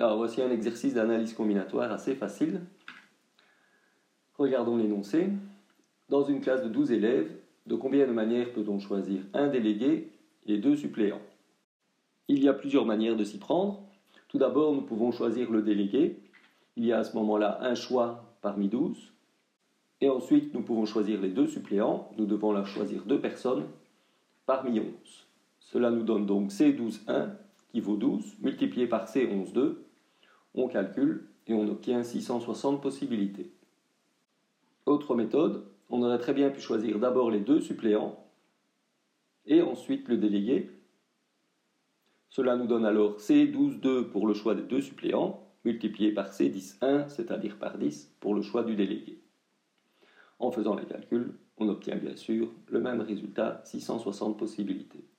Alors voici un exercice d'analyse combinatoire assez facile. Regardons l'énoncé. Dans une classe de 12 élèves, de combien de manières peut-on choisir un délégué et 2 suppléants? Il y a plusieurs manières de s'y prendre. Tout d'abord, nous pouvons choisir le délégué. Il y a à ce moment-là un choix parmi 12. Et ensuite, nous pouvons choisir les 2 suppléants. Nous devons là choisir 2 personnes parmi 11. Cela nous donne donc C12,1 qui vaut 12, multiplié par C11,2. On calcule et on obtient 660 possibilités. Autre méthode, on aurait très bien pu choisir d'abord les 2 suppléants et ensuite le délégué. Cela nous donne alors C12,2 pour le choix des 2 suppléants, multiplié par C10,1, c'est-à-dire par 10, pour le choix du délégué. En faisant les calculs, on obtient bien sûr le même résultat, 660 possibilités.